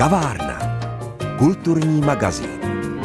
Kavárna. Kulturní magazín.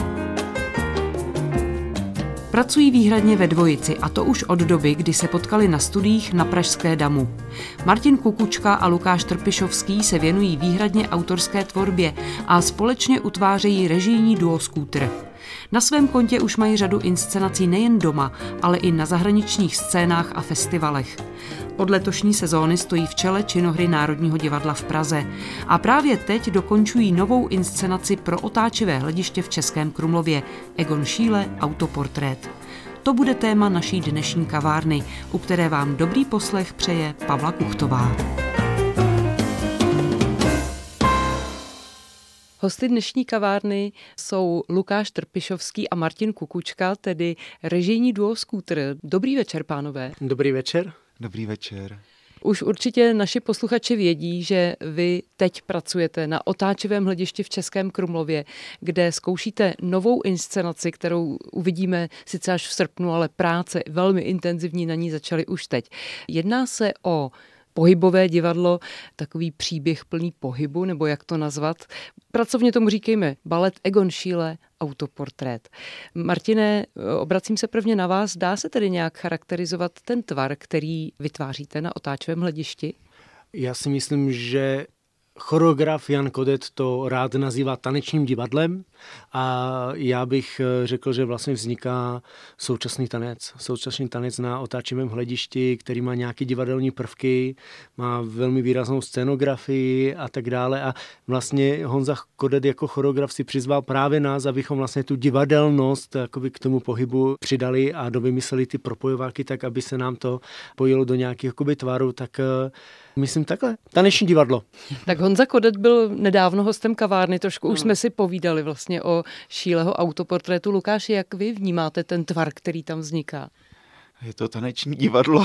Pracují výhradně ve dvojici, a to už od doby, kdy se potkali na studiích na pražské Damu. Martin Kukučka a Lukáš Trpišovský se věnují výhradně autorské tvorbě a společně utvářejí režijní duo Skútr. Na svém kontě už mají řadu inscenací nejen doma, ale i na zahraničních scénách a festivalech. Od letošní sezóny stojí v čele činohry Národního divadla v Praze a právě teď dokončují novou inscenaci pro otáčivé hlediště v Českém Krumlově Egon Schiele Autoportrét. To bude téma naší dnešní kavárny, u které vám dobrý poslech přeje Pavla Kuchtová. Hosty dnešní kavárny jsou Lukáš Trpišovský a Martin Kukučka, tedy režijní duo Skútr. Dobrý večer, pánové. Dobrý večer. Dobrý večer. Už určitě naši posluchači vědí, že vy teď pracujete na otáčivém hledišti v Českém Krumlově, kde zkoušíte novou inscenaci, kterou uvidíme sice až v srpnu, ale práce velmi intenzivní na ní začaly už teď. Jedná se o pohybové divadlo, takový příběh plný pohybu, nebo jak to nazvat. Pracovně tomu říkejme balet Egon Schiele Autoportrét. Martine, obracím se prvně na vás. Dá se tedy nějak charakterizovat ten tvar, který vytváříte na otáčivém hledišti? Já si myslím, že choreograf Jan Kodet to rád nazývá tanečním divadlem a já bych řekl, že vlastně vzniká současný tanec na otáčivém hledišti, který má nějaké divadelní prvky, má velmi výraznou scénografii a tak dále a vlastně Honza Kodet jako choreograf si přizval právě nás, abychom vlastně tu divadelnost jakoby k tomu pohybu přidali a dovymysleli ty propojováky tak, aby se nám to pojilo do nějakých jakoby tvarů, tak myslím takhle. Taneční divadlo. Tak Honza Kodet byl nedávno hostem kavárny, trošku už jsme si povídali vlastně o Schieleho Autoportrétu. Lukáši, jak vy vnímáte ten tvar, který tam vzniká? Je to taneční divadlo.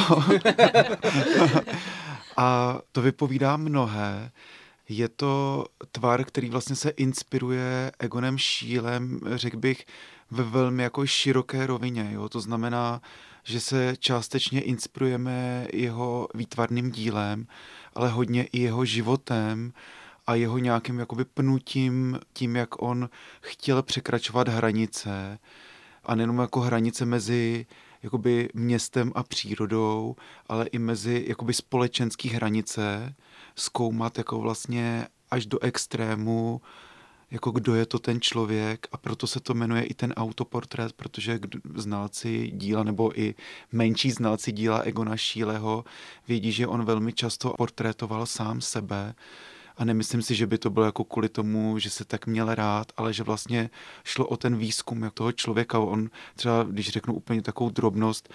A to vypovídá mnohé. Je to tvar, který vlastně se inspiruje Egonem Schielem, řekl bych, ve velmi jako široké rovině. Jo? To znamená, že se částečně inspirujeme jeho výtvarným dílem, ale hodně i jeho životem a jeho nějakým jakoby pnutím tím, jak on chtěl překračovat hranice a nejenom jako hranice mezi jakoby městem a přírodou, ale i mezi jakoby společenský hranice, zkoumat jako vlastně až do extrému, jako kdo je to ten člověk, a proto se to jmenuje i ten autoportrét, protože znalci díla nebo i menší znalci díla Egona Schieleho vědí, že on velmi často portrétoval sám sebe a nemyslím si, že by to bylo jako kvůli tomu, že se tak měl rád, ale že vlastně šlo o ten výzkum jak toho člověka. On třeba, když řeknu úplně takovou drobnost,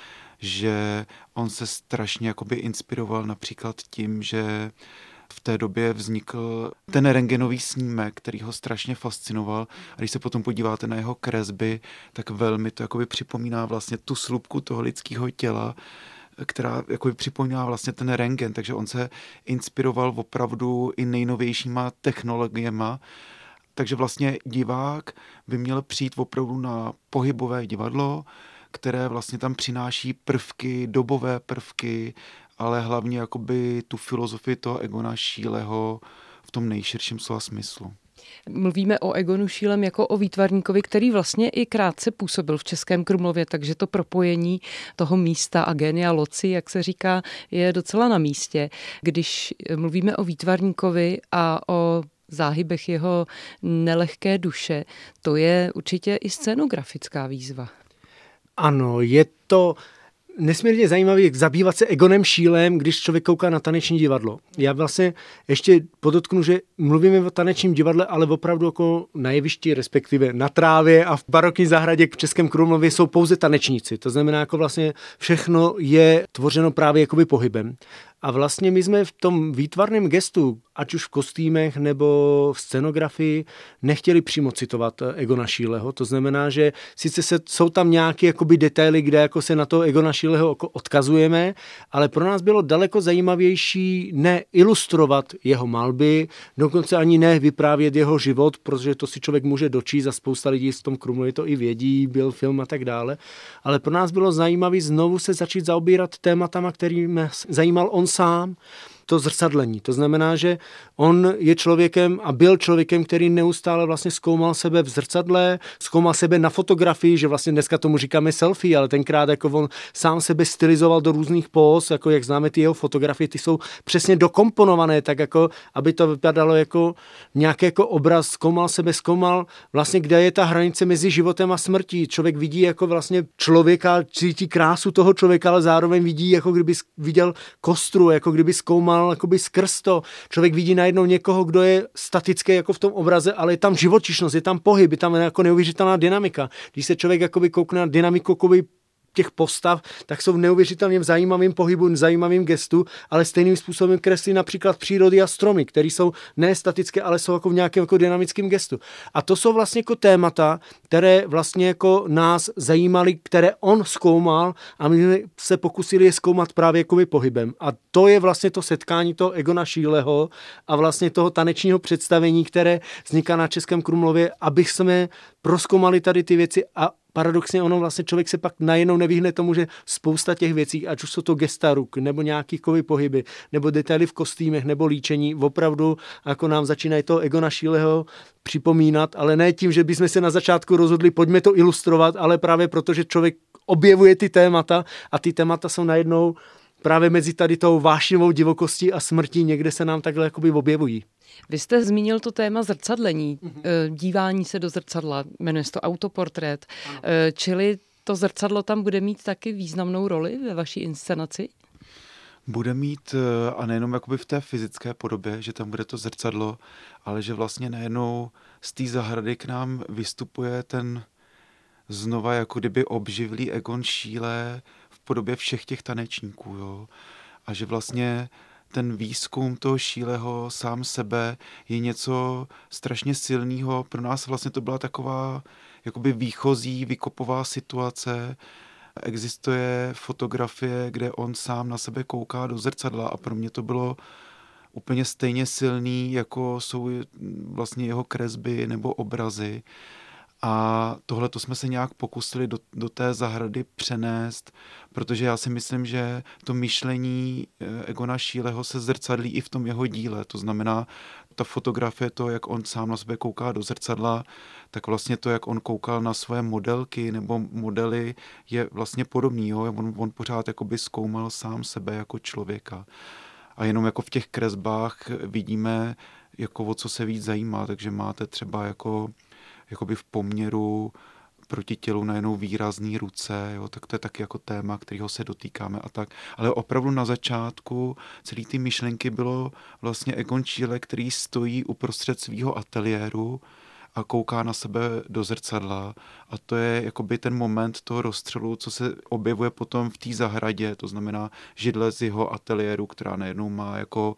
že on se strašně jakoby inspiroval například tím, že v té době vznikl ten rentgenový snímek, který ho strašně fascinoval. A když se potom podíváte na jeho kresby, tak velmi to jakoby připomíná vlastně tu slupku toho lidského těla, která jakoby připomíná vlastně ten rentgen. Takže on se inspiroval opravdu i nejnovějšíma technologiema. Takže vlastně divák by měl přijít opravdu na pohybové divadlo, které vlastně tam přináší prvky, dobové prvky, ale hlavně jakoby tu filozofii toho Egona Schieleho v tom nejširším slova smyslu. Mluvíme o Egonu Schielem jako o výtvarníkovi, který vlastně i krátce působil v Českém Krumlově, takže to propojení toho místa a genia loci, jak se říká, je docela na místě. Když mluvíme o výtvarníkovi a o záhybech jeho nelehké duše, to je určitě i scénografická výzva. Ano, je to nesmírně zajímavý zabývat se Egonem Schielem, když člověk kouká na taneční divadlo. Já vlastně ještě podotknu, že mluvíme o tanečním divadle, ale opravdu jako na jevišti, respektive na trávě a v barokní zahradě v Českém Krumlově jsou pouze tanečníci. To znamená, jako vlastně všechno je tvořeno právě jakoby pohybem. A vlastně my jsme v tom výtvarném gestu, ať už v kostýmech nebo v scenografii, nechtěli přímo citovat Egona Schieleho. To znamená, že sice jsou tam nějaké jakoby detaily, kde jako se na to Egona Schieleho odkazujeme, ale pro nás bylo daleko zajímavější ne ilustrovat jeho malby, dokonce ani ne vyprávět jeho život, protože to si člověk může dočíst a spousta lidí v tom Krumlově to i vědí, byl film a tak dále. Ale pro nás bylo zajímavé znovu se začít zaobírat tématama, kterými zajímal on sám. to zrcadlení. To znamená, že on je člověkem a byl člověkem, který neustále vlastně zkoumal sebe v zrcadle, zkoumal sebe na fotografii, že vlastně dneska tomu říkáme selfie, ale tenkrát jako on sám sebe stylizoval do různých póz, jako jak známe ty jeho fotografie, ty jsou přesně dokomponované, tak jako, aby to vypadalo jako nějaký jako obraz, zkoumal vlastně, kde je ta hranice mezi životem a smrtí. Člověk vidí jako vlastně člověka, cítí krásu toho člověka, ale zároveň vidí, jako kdyby viděl kostru, jako kdyby zkoumal jakoby skrz to. Člověk vidí najednou někoho, kdo je statický jako v tom obraze, ale je tam živočišnost, je tam pohyb, je tam jako neuvěřitelná dynamika. Když se člověk jakoby koukne na dynamiku jakoby těch postav, tak jsou neuvěřitelně v zajímavém pohybu, v zajímavém gestu, ale stejným způsobem kreslí například přírody a stromy, které jsou ne statické, ale jsou jako v nějakém jako dynamickém gestu. A to jsou vlastně jako témata, které vlastně jako nás zajímaly, které on zkoumal a my se pokusili je zkoumat právě jako pohybem. A to je vlastně to setkání toho Egona Schieleho a vlastně toho tanečního představení, které vzniká na Českém Krumlově, aby jsme prozkoumali tady ty věci a paradoxně ono vlastně člověk se pak najednou nevyhne tomu, že spousta těch věcí, ať už jsou to gesta ruk, nebo nějaký kovy pohyby, nebo detaily v kostýmech, nebo líčení, opravdu jako nám začínají toho Egona Schieleho připomínat, ale ne tím, že bychom se na začátku rozhodli, pojďme to ilustrovat, ale právě proto, že člověk objevuje ty témata a ty témata jsou najednou právě mezi tady tou vášnivou divokostí a smrtí někde se nám takhle jakoby objevují. Vy jste zmínil to téma zrcadlení, dívání se do zrcadla, jmenuje se to autoportrét, čili to zrcadlo tam bude mít taky významnou roli ve vaší inscenaci? Bude mít, a nejenom jakoby v té fyzické podobě, že tam bude to zrcadlo, ale že vlastně najednou z té zahrady k nám vystupuje ten znova jako kdyby obživlý Egon Schiele v podobě všech těch tanečníků, jo. A že vlastně ten výzkum toho Schieleho sám sebe je něco strašně silného. Pro nás vlastně to byla taková jakoby výchozí, vykopová situace. Existuje fotografie, kde on sám na sebe kouká do zrcadla a pro mě to bylo úplně stejně silný, jako jsou vlastně jeho kresby nebo obrazy. A tohle to jsme se nějak pokusili do té zahrady přenést, protože já si myslím, že to myšlení Egona Schieleho se zrcadlí i v tom jeho díle. To znamená, ta fotografie, to, jak on sám na sebe kouká do zrcadla, tak vlastně to, jak on koukal na své modelky nebo modely, je vlastně podobný. Jo? On pořád jakoby zkoumal sám sebe jako člověka. A jenom jako v těch kresbách vidíme, jako o co se víc zajímá. Takže máte třeba jakoby v poměru proti tělu najednou výrazný ruce, jo, tak to je taky jako téma, kterého se dotýkáme a tak. Ale opravdu na začátku celý ty myšlenky bylo vlastně Egon Schiele, který stojí uprostřed svého ateliéru a kouká na sebe do zrcadla a to je jakoby ten moment toho rozstřelu, co se objevuje potom v té zahradě, to znamená židle z jeho ateliéru, která najednou má jako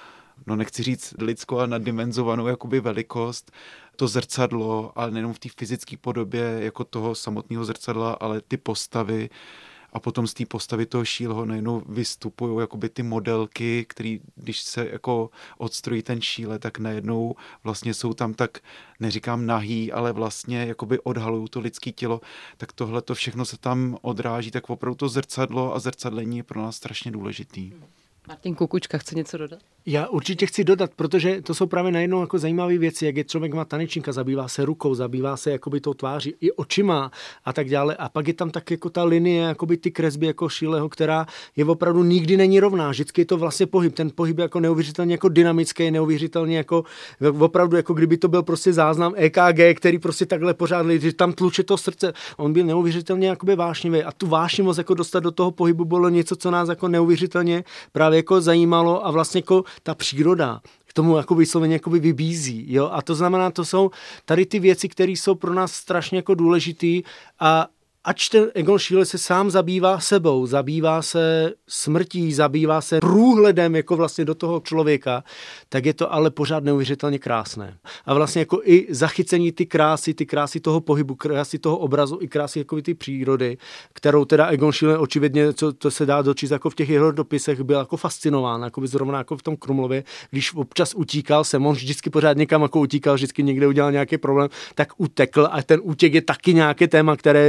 no nechci říct lidskou a naddimenzovanou jakoby velikost, to zrcadlo, ale nejenom v té fyzické podobě jako toho samotného zrcadla, ale ty postavy a potom z té postavy toho Schieleho najednou vystupují jakoby ty modelky, které když se jako odstrojí ten Schiele, tak najednou vlastně jsou tam tak, neříkám nahý, ale vlastně jakoby odhalují to lidské tělo, tak tohle to všechno se tam odráží, tak opravdu to zrcadlo a zrcadlení je pro nás strašně důležitý. Martin Kukučka chce něco dodat? Já určitě chci dodat, protože to jsou právě najednou jako zajímavé věci, jak je člověk má tanečníka, zabývá se rukou, zabývá se jakoby tou tváří i očima a tak dále. A pak je tam tak jako ta linie, jakoby ty kresby jako Schieleho, která je opravdu nikdy není rovná. Vždycky je to vlastně pohyb. Ten pohyb je jako neuvěřitelně jako dynamický, neuvěřitelně jako opravdu jako kdyby to byl prostě záznam EKG, který prostě takhle pořád že tam tluče to srdce. On byl neuvěřitelně jakoby vášnivý a tu vášnivost jako dostat do toho pohybu bylo něco, co nás jako neuvěřitelně právě jako zajímalo a vlastně jako ta příroda k tomu jako vysloveně jako vybízí. Jo? A to znamená, to jsou tady ty věci, které jsou pro nás strašně jako důležitý a ač ten Egon Schiele se sám zabývá sebou, zabývá se smrtí, zabývá se průhledem jako vlastně do toho člověka, tak je to ale pořád neuvěřitelně krásné. A vlastně jako i zachycení ty krásy toho pohybu, krásy toho obrazu, i krásy jako ty přírody, kterou teda Egon Schiele očividně, co to se dá dočíst jako v těch jeho dopisech, byl jako fascinován, jako by zrovna jako v tom Krumlově, když občas utíkal sem, on vždycky pořád někam jako utíkal, vždycky někde udělal nějaký problém, tak utekl a ten útěk je taky nějaké téma, které se tam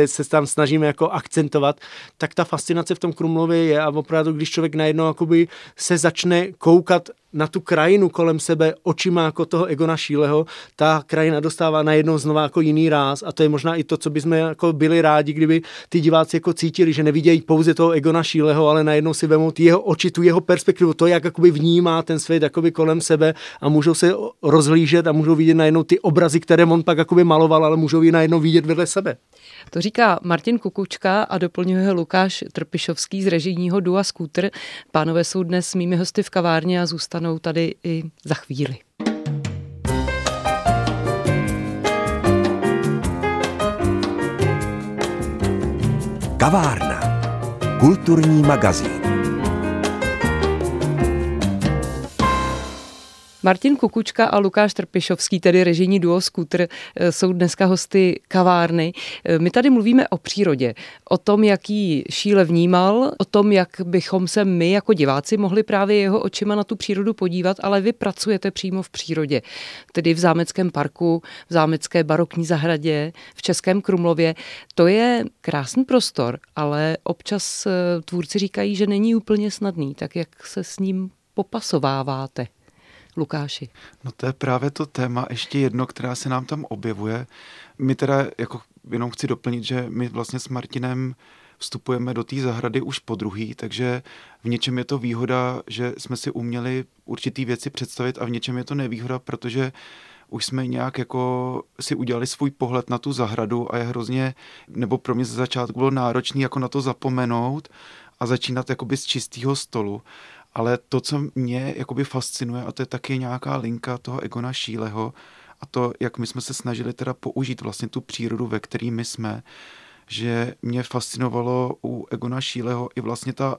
tam snažíme jako akcentovat, tak ta fascinace v tom Krumlově je a opravdu, když člověk najednou jakoby se začne koukat na tu krajinu kolem sebe očima jako toho Egona Schieleho, ta krajina dostává najednou znova jako jiný ráz a to je možná i to, co bychom jako byli rádi, kdyby ty diváci jako cítili, že nevidějí pouze toho Egona Schieleho, ale najednou si vemou jeho oči, tu jeho perspektivu, to, jak jakoby vnímá ten svět jakoby kolem sebe a můžou se rozhlížet a můžou vidět najednou ty obrazy, které on pak jakoby maloval, ale můžou je najednou vidět vedle sebe. To říká Martin Kukučka a doplňuje Lukáš Trpišovský z režijního dua Skútr. Pánové jsou dnes mými hosty v kavárně a zůstanou tady i za chvíli. Kavárna. Kulturní magazín. Martin Kukučka a Lukáš Trpišovský, tedy režijní duo Skútr, jsou dneska hosty kavárny. My tady mluvíme o přírodě, o tom, jaký Schiele vnímal, o tom, jak bychom se my jako diváci mohli právě jeho očima na tu přírodu podívat, ale vy pracujete přímo v přírodě, tedy v Zámeckém parku, v Zámecké barokní zahradě, v Českém Krumlově. To je krásný prostor, ale občas tvůrci říkají, že není úplně snadný, tak jak se s ním popasováváte? Lukáši. No to je právě to téma, ještě jedno, která se nám tam objevuje. My teda, jako jenom chci doplnit, že my vlastně s Martinem vstupujeme do té zahrady už podruhý, takže v něčem je to výhoda, že jsme si uměli určitý věci představit a v něčem je to nevýhoda, protože už jsme nějak jako si udělali svůj pohled na tu zahradu a je hrozně, nebo pro mě ze začátku bylo náročný jako na to zapomenout a začínat jakoby z čistého stolu. Ale to, co mě jakoby fascinuje, a to je taky nějaká linka toho Egona Schieleho a to, jak my jsme se snažili teda použít vlastně tu přírodu, ve které my jsme, že mě fascinovalo u Egona Schieleho i vlastně ta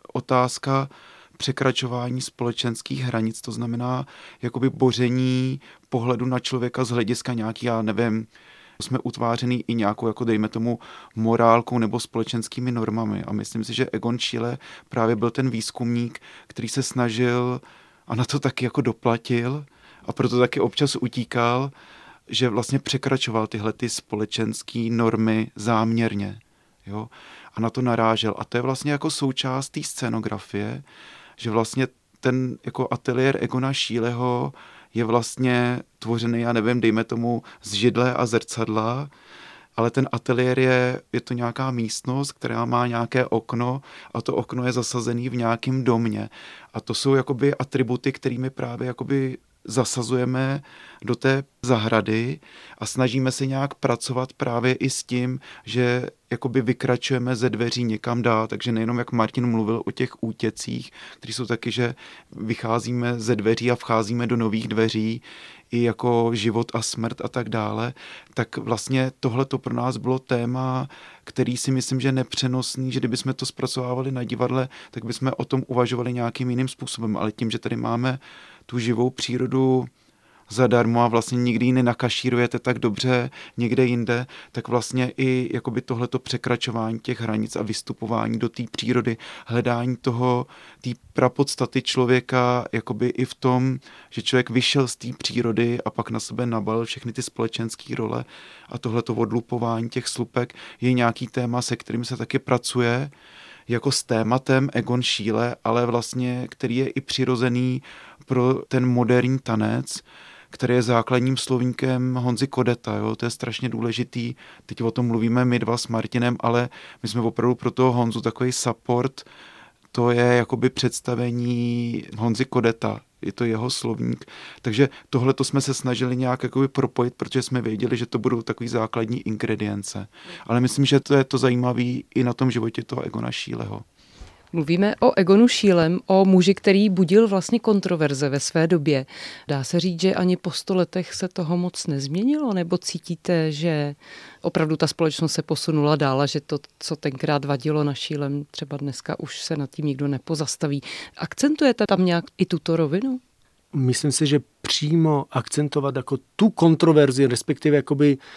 otázka překračování společenských hranic, to znamená jakoby boření pohledu na člověka z hlediska nějaký, já nevím, jsme utvářený i nějakou, jako dejme tomu, morálkou nebo společenskými normami. A myslím si, že Egon Schiele právě byl ten výzkumník, který se snažil a na to taky jako doplatil a proto taky občas utíkal, že vlastně překračoval tyhle ty společenské normy záměrně. Jo? A na to narážel. A to je vlastně jako součást té scénografie, že vlastně ten jako ateliér Egona Schieleho je vlastně tvořený, já nevím, dejme tomu z židle a zrcadla, ale ten ateliér je to nějaká místnost, která má nějaké okno a to okno je zasazený v nějakém domě. A to jsou jakoby atributy, kterými právě jakoby zasazujeme do té zahrady a snažíme se nějak pracovat právě i s tím, že jakoby vykračujeme ze dveří někam dál, takže nejenom jak Martin mluvil o těch útěcích, které jsou taky, že vycházíme ze dveří a vcházíme do nových dveří, i jako život a smrt a tak dále, tak vlastně tohle to pro nás bylo téma, který si myslím, že je nepřenosný, že kdybychom to zpracovávali na divadle, tak bychom o tom uvažovali nějakým jiným způsobem, ale tím, že tady máme tu živou přírodu zadarmo a vlastně nikdy ji nenakašírujete tak dobře někde jinde, tak vlastně i jakoby tohleto překračování těch hranic a vystupování do té přírody, hledání toho, té prapodstaty člověka, jakoby i v tom, že člověk vyšel z té přírody a pak na sebe nabalil všechny ty společenské role a tohleto odlupování těch slupek je nějaký téma, se kterým se taky pracuje, jako s tématem Egon Schiele, ale vlastně, který je i přirozený pro ten moderní tanec, který je základním slovníkem Honzy Kodeta. Jo? To je strašně důležitý. Teď o tom mluvíme my dva s Martinem, ale my jsme opravdu pro toho Honzu takový support. To je jakoby představení Honzy Kodeta. Je to jeho slovník. Takže tohle to jsme se snažili nějak jakoby propojit, protože jsme věděli, že to budou takový základní ingredience. Ale myslím, že to je to zajímavé i na tom životě toho Egona Schieleho. Mluvíme o Egonu Schielem, o muži, který budil vlastně kontroverze ve své době. Dá se říct, že ani po 100 letech se toho moc nezměnilo? Nebo cítíte, že opravdu ta společnost se posunula dál a že to, co tenkrát vadilo na Schielem, třeba dneska už se nad tím nikdo nepozastaví? Akcentujete tam nějak i tuto rovinu? Myslím si, že přímo akcentovat jako tu kontroverzi, respektive jakoby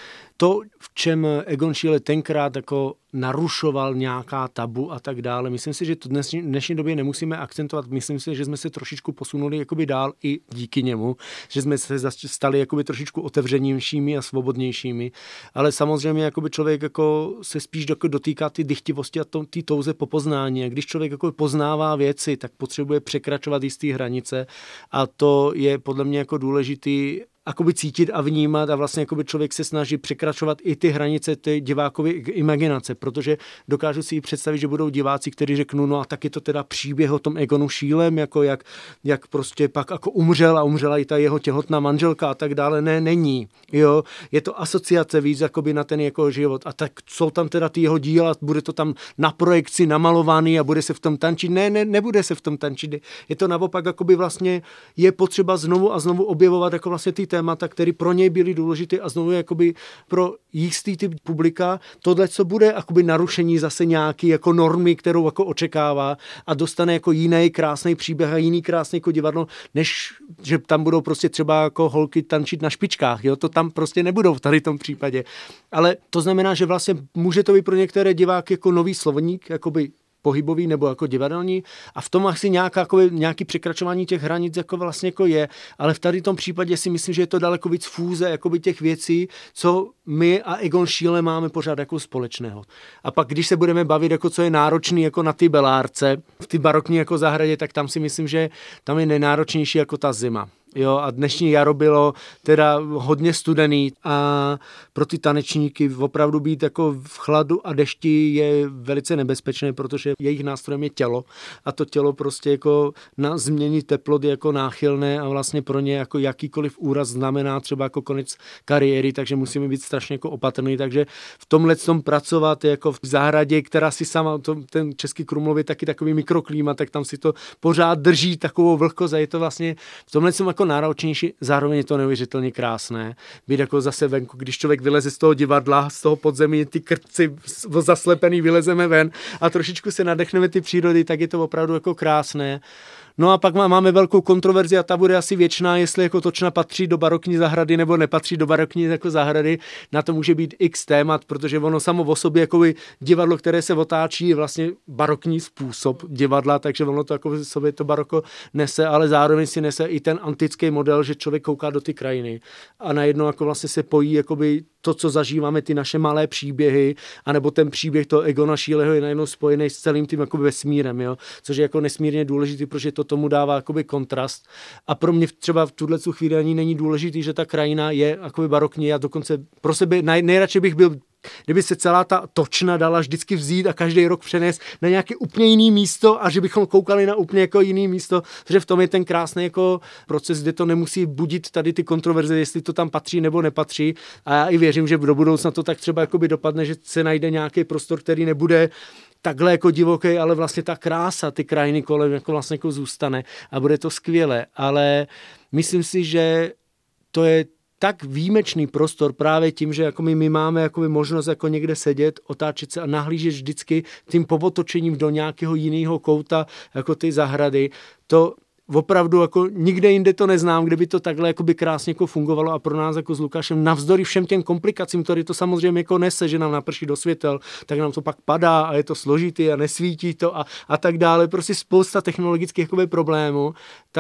to, v čem Egon Schiele tenkrát jako narušoval nějaká tabu a tak dále. Myslím si, že to v dnešní době nemusíme akcentovat. Myslím si, že jsme se trošičku posunuli jakoby dál i díky němu, že jsme se stali jakoby trošičku otevřenějšími a svobodnějšími, ale samozřejmě jakoby člověk jako se spíš dotýká ty dychtivosti a ty touze po poznání. A když člověk jako poznává věci, tak potřebuje překračovat jisté hranice a to je podle mě jako důležitý akoby cítit a vnímat a vlastně jakoby člověk se snaží překračovat i ty hranice té divákovy imaginace, protože dokážu si představit, že budou diváci, kteří řeknou, no a tak je to teda příběh o tom Egonu Schielem, jako jak prostě pak jako umřel a umřela i ta jeho těhotná manželka a tak dále. Ne, není. Jo, je to asociace víc jakoby na ten jako život. A tak jsou tam teda ty jeho díla, bude to tam na projekci namalovaný a bude se v tom tančit. Ne, nebude se v tom tančit. Je to naopak jakoby vlastně je potřeba znovu a znovu objevovat jako vlastně ty témata, které pro něj byly důležité a znovu jakoby pro jistý typ publika tohle, co bude jakoby narušení zase nějaký jako normy, kterou jako očekává a dostane jako jiný krásný příběh a jiný krásný jako divadlo, než že tam budou prostě třeba jako holky tančit na špičkách, jo, to tam prostě nebudou v tady tom případě. Ale to znamená, že vlastně může to být pro některé diváky jako nový slovník, jakoby pohybový nebo jako divadelní a v tom asi nějaký překračování těch hranic jako vlastně jako je, ale v tady tom případě si myslím, že je to daleko víc fúze jakoby těch věcí, co my a Egon Schiele máme pořád jako společného. A pak, když se budeme bavit, jako co je náročný jako na ty Belárce, v ty barokní jako zahradě, tak tam si myslím, že tam je nejnáročnější jako ta zima. Jo, a dnešní jaro bylo teda hodně studený a pro ty tanečníky opravdu být jako v chladu a dešti je velice nebezpečné, protože jejich nástrojem je tělo a to tělo prostě jako na změny teplot je jako náchylné a vlastně pro ně jako jakýkoliv úraz znamená třeba jako konec kariéry, takže musíme být strašně jako opatrný, takže v tomhle tom pracovat jako v zahradě, která si sama, ten Český Krumlov je taky takový mikroklíma, tak tam si to pořád drží takovou vlhkost a je to vlastně v tomhle tom jako náročnější, zároveň je to neuvěřitelně krásné. Být jako zase venku, když člověk vyleze z toho divadla, z toho podzemí, ty krtci zaslepený vylezeme ven a trošičku se nadechneme ty přírody, tak je to opravdu jako krásné. No a pak máme velkou kontroverzi a ta bude asi věčná, jestli jako Točna patří do barokní zahrady nebo nepatří do barokní jako zahrady. Na to může být x témat, protože ono samo o sobě jako divadlo, které se otáčí, je vlastně barokní způsob divadla, takže ono to jako v sobě to baroko nese, ale zároveň si nese i ten antický model, že člověk kouká do ty krajiny a najednou jako vlastně se pojí jakoby to, co zažíváme, ty naše malé příběhy, anebo ten příběh toho Egona Schieleho je najednou spojený s celým tím jakoby vesmírem, jo? Což je jako nesmírně důležitý, protože to tomu dává jakoby kontrast. A pro mě třeba v tuhle chvíli ani není důležitý, že ta krajina je jakoby barokní. Já dokonce pro sebe nejradši bych byl, kdyby se celá ta Točna dala vždycky vzít a každý rok přenést na nějaké úplně jiný místo a že bychom koukali na úplně jako jiný místo, protože v tom je ten krásný jako proces, kde to nemusí budit tady ty kontroverze, jestli to tam patří nebo nepatří. A já i věřím, že do budoucna to tak třeba jakoby dopadne, že se najde nějaký prostor, který nebude takhle jako divoký, ale vlastně ta krása, ty krajiny kolem jako vlastně jako zůstane a bude to skvělé. Ale myslím si, že to je tak výjimečný prostor právě tím, že jako my máme jako možnost jako někde sedět, otáčet se a nahlížet vždycky tím povotočením do nějakého jiného kouta jako ty zahrady. To opravdu jako nikde jinde to neznám, kde by to takhle jako by krásně jako fungovalo a pro nás jako s Lukášem navzdory všem těm komplikacím, které to samozřejmě jako nese, že nám naprší do světel, tak nám to pak padá a je to složitý a nesvítí to a tak dále. Prostě spousta technologických jakoby problémů,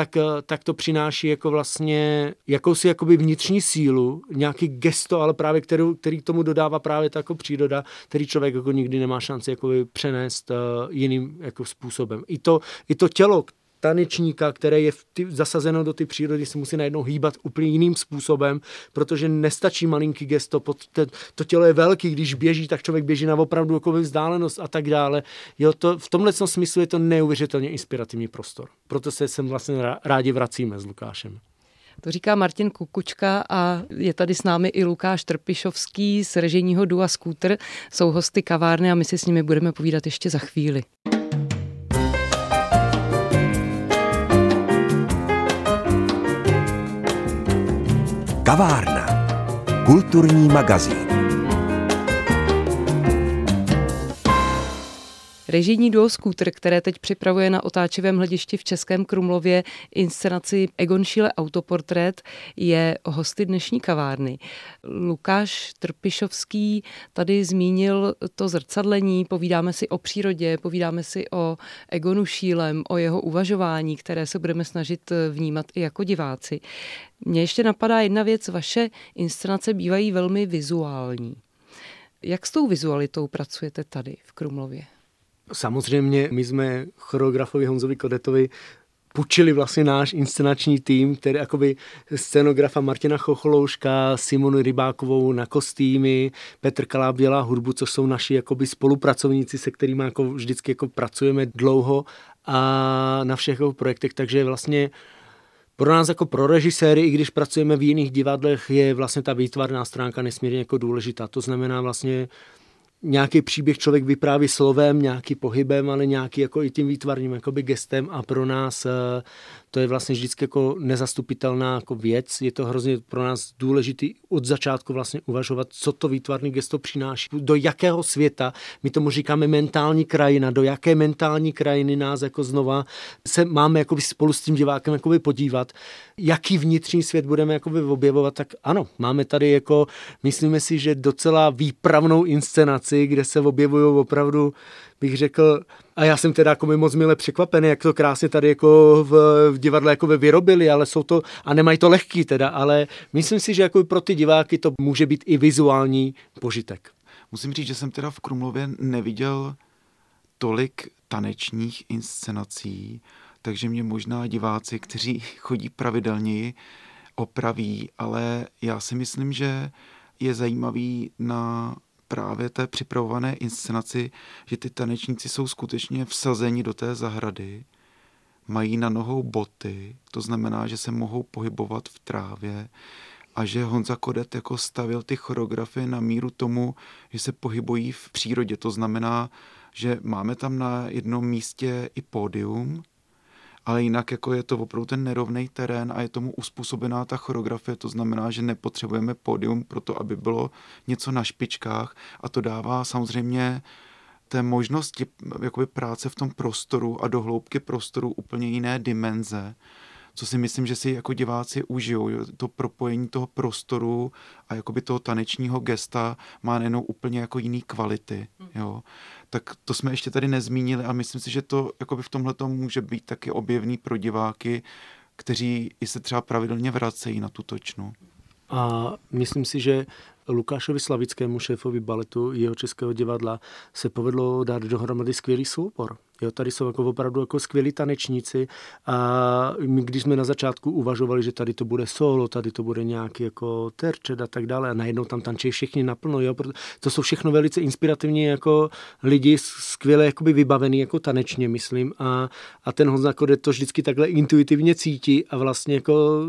tak to přináší jako vlastně jakousi jakoby vnitřní sílu, nějaký gesto, ale právě který k tomu dodává právě ta jako příroda, který člověk jako nikdy nemá šanci jakoby přenést jiným jako způsobem. I to tělo tanečníka, které je zasazeno do ty přírody, se musí najednou hýbat úplně jiným způsobem, protože nestačí malinký gesto, to tělo je velký, když běží, tak člověk běží na opravdu jako vzdálenost a tak dále. Jo, v tomhle smyslu je to neuvěřitelně inspirativní prostor. Proto se sem vlastně rádi vracíme s Lukášem. To říká Martin Kukučka a je tady s námi i Lukáš Trpišovský z režijního dua Skútr. Jsou hosty kavárny a my si s nimi budeme povídat ještě za chvíli. Kavárna. Kulturní magazín. Režijní duo Scooter, které teď připravuje na otáčivém hledišti v Českém Krumlově inscenaci Egon Schiele Autoportrét, je hosty dnešní kavárny. Lukáš Trpišovský tady zmínil to zrcadlení, povídáme si o přírodě, povídáme si o Egonu Schielem, o jeho uvažování, které se budeme snažit vnímat i jako diváci. Mně ještě napadá jedna věc, vaše inscenace bývají velmi vizuální. Jak s tou vizualitou pracujete tady v Krumlově? Samozřejmě my jsme choreografovi Honzovi Kodetovi půjčili vlastně náš inscenační tým, který jakoby scenografa Martina Chocholouška, Simonu Rybákovou na kostýmy, Petr Kaláb dělá hudbu, což jsou naši jakoby spolupracovníci, se kterými jako vždycky jako pracujeme dlouho a na všech projektech, takže vlastně pro nás jako pro režiséry, i když pracujeme v jiných divadlech, je vlastně ta výtvarná stránka nesmírně jako důležitá. To znamená vlastně nějaký příběh člověk vypráví slovem, nějaký pohybem, ale nějaký jako i tím výtvarným jakoby gestem a pro nás to je vlastně vždycky jako nezastupitelná jako věc. Je to hrozně pro nás důležitý od začátku vlastně uvažovat, co to výtvarný gesto přináší. Do jakého světa, my tomu říkáme mentální krajina, do jaké mentální krajiny nás jako znova se máme jakoby spolu s tím divákem jakoby podívat, jaký vnitřní svět budeme jakoby objevovat, tak ano, máme tady jako, myslíme si, že docela výpravnou inscenaci, kde se objevují opravdu, bych řekl, a já jsem teda jako moc mile překvapený, jak to krásně tady jako v divadle jako vyrobili, ale jsou to, a nemají to lehký teda, ale myslím si, že jako pro ty diváky to může být i vizuální požitek. Musím říct, že jsem teda v Krumlově neviděl tolik tanečních inscenací, takže mě možná diváci, kteří chodí pravidelněji, opraví, ale já si myslím, že je zajímavý na právě té připravované inscenaci, že ty tanečníci jsou skutečně vsazeni do té zahrady, mají na nohou boty, to znamená, že se mohou pohybovat v trávě a že Honza Kodet jako stavil ty choreografie na míru tomu, že se pohybují v přírodě. To znamená, že máme tam na jednom místě i pódium, ale jinak jako je to opravdu ten nerovný terén a je tomu uspůsobená ta choreografie, to znamená, že nepotřebujeme pódium pro to, aby bylo něco na špičkách a to dává samozřejmě té možnosti jakoby práce v tom prostoru a do hloubky prostoru úplně jiné dimenze, co si myslím, že si jako diváci užijou. To propojení toho prostoru a jakoby toho tanečního gesta má nejenom úplně jako jiný kvality. Jo. Tak to jsme ještě tady nezmínili a myslím si, že to jakoby v tomhletom může být taky objevný pro diváky, kteří i se třeba pravidelně vracejí na tu točnu. A myslím si, že Lukášovi Slavickému, šéfovi baletu Jihočeského divadla, se povedlo dát dohromady skvělý soubor. Jo, tady jsou jako opravdu jako skvělí tanečníci a my, když jsme na začátku uvažovali, že tady to bude solo, tady to bude nějaký jako terčet a tak dále a najednou tam tančí všichni naplno, jo, to jsou všechno velice inspirativní jako lidi, skvěle jakoby vybavený jako tanečně, myslím, a ten Honza Kodet to vždycky takhle intuitivně cítí a vlastně jako,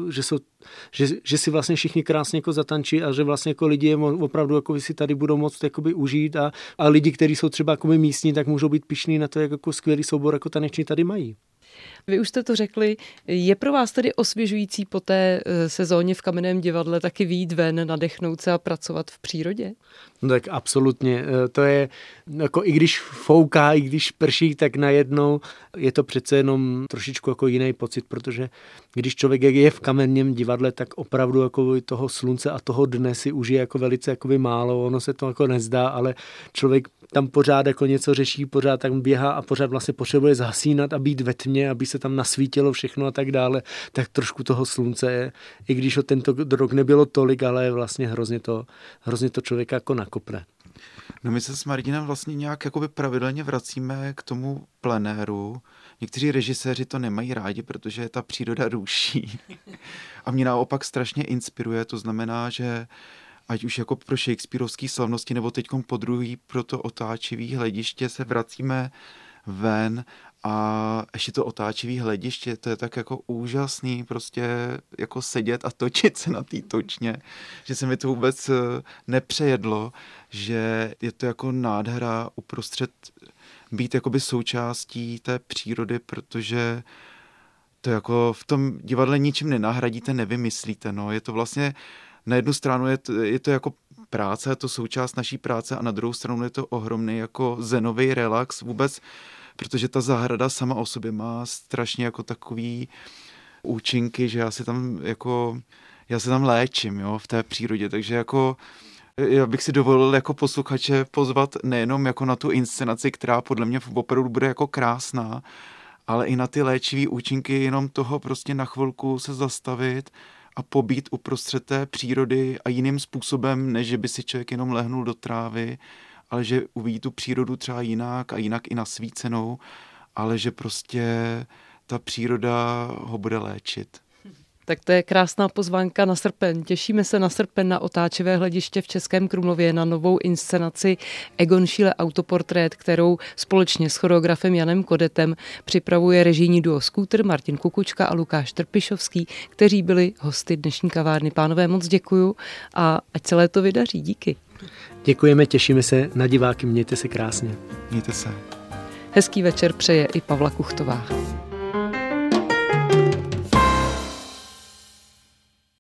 že si vlastně všichni krásně jako zatančí a že vlastně jako lidi je opravdu jako si tady budou moct jakoby užít a lidi, kteří jsou třeba jakoby místní, tak můžou být pyšní na to, jak jako skvělý soubor jako taneční tady mají. Vy už jste to řekli, je pro vás tedy osvěžující po té sezóně v Kamenném divadle taky vyjít ven, nadechnout se a pracovat v přírodě? No tak absolutně. To je, jako i když fouká, i když prší, tak najednou je to přece jenom trošičku jako jiný pocit, protože když člověk je v Kamenném divadle, tak opravdu jako toho slunce a toho dne si užije jako velice jakoby málo, ono se to jako nezdá, ale člověk tam pořád jako něco řeší, pořád tam běhá a pořád vlastně potřebuje zhasínat a být ve tmě, aby se tam nasvítilo všechno a tak dále, tak trošku toho slunce je, i když ho tento rok nebylo tolik, ale vlastně hrozně to člověka jako nakopne. No my se s Martinem vlastně nějak jakoby pravidelně vracíme k tomu plenéru. Někteří režiséři to nemají rádi, protože ta příroda ruší. A mě naopak strašně inspiruje, to znamená, že ať už jako pro shakespearovský slavnosti, nebo teďkom podruhý pro to otáčivý hlediště se vracíme ven a ještě to otáčivý hlediště, to je tak jako úžasný prostě jako sedět a točit se na té točně, že se mi to vůbec nepřejedlo, že je to jako nádhera uprostřed být jakoby součástí té přírody, protože to jako v tom divadle ničím nenahradíte, nevymyslíte, no, je to vlastně na jednu stranu je to jako práce, je to součást naší práce a na druhou stranu je to ohromný jako zenový relax vůbec, protože ta zahrada sama o sobě má strašně jako takový účinky, že já se tam léčím, jo, v té přírodě, takže jako já bych si dovolil jako posluchače pozvat nejenom jako na tu inscenaci, která podle mě opravdu bude jako krásná, ale i na ty léčivý účinky jenom toho prostě na chvilku se zastavit a pobít uprostřed té přírody a jiným způsobem, než že by si člověk jenom lehnul do trávy, ale že uvidí tu přírodu třeba jinak a jinak i nasvícenou, ale že prostě ta příroda ho bude léčit. Tak to je krásná pozvánka na srpen. Těšíme se na srpen na Otáčivé hlediště v Českém Krumlově na novou inscenaci Egon Schiele autoportrét, kterou společně s choreografem Janem Kodetem připravuje režijní duo Scooter, Martin Kukučka a Lukáš Trpišovský, kteří byli hosty dnešní kavárny. Pánové, moc děkuju a ať se léto vydaří. Díky. Děkujeme, těšíme se na diváky, mějte se krásně. Mějte se. Hezký večer přeje i Pavla Kuchtová.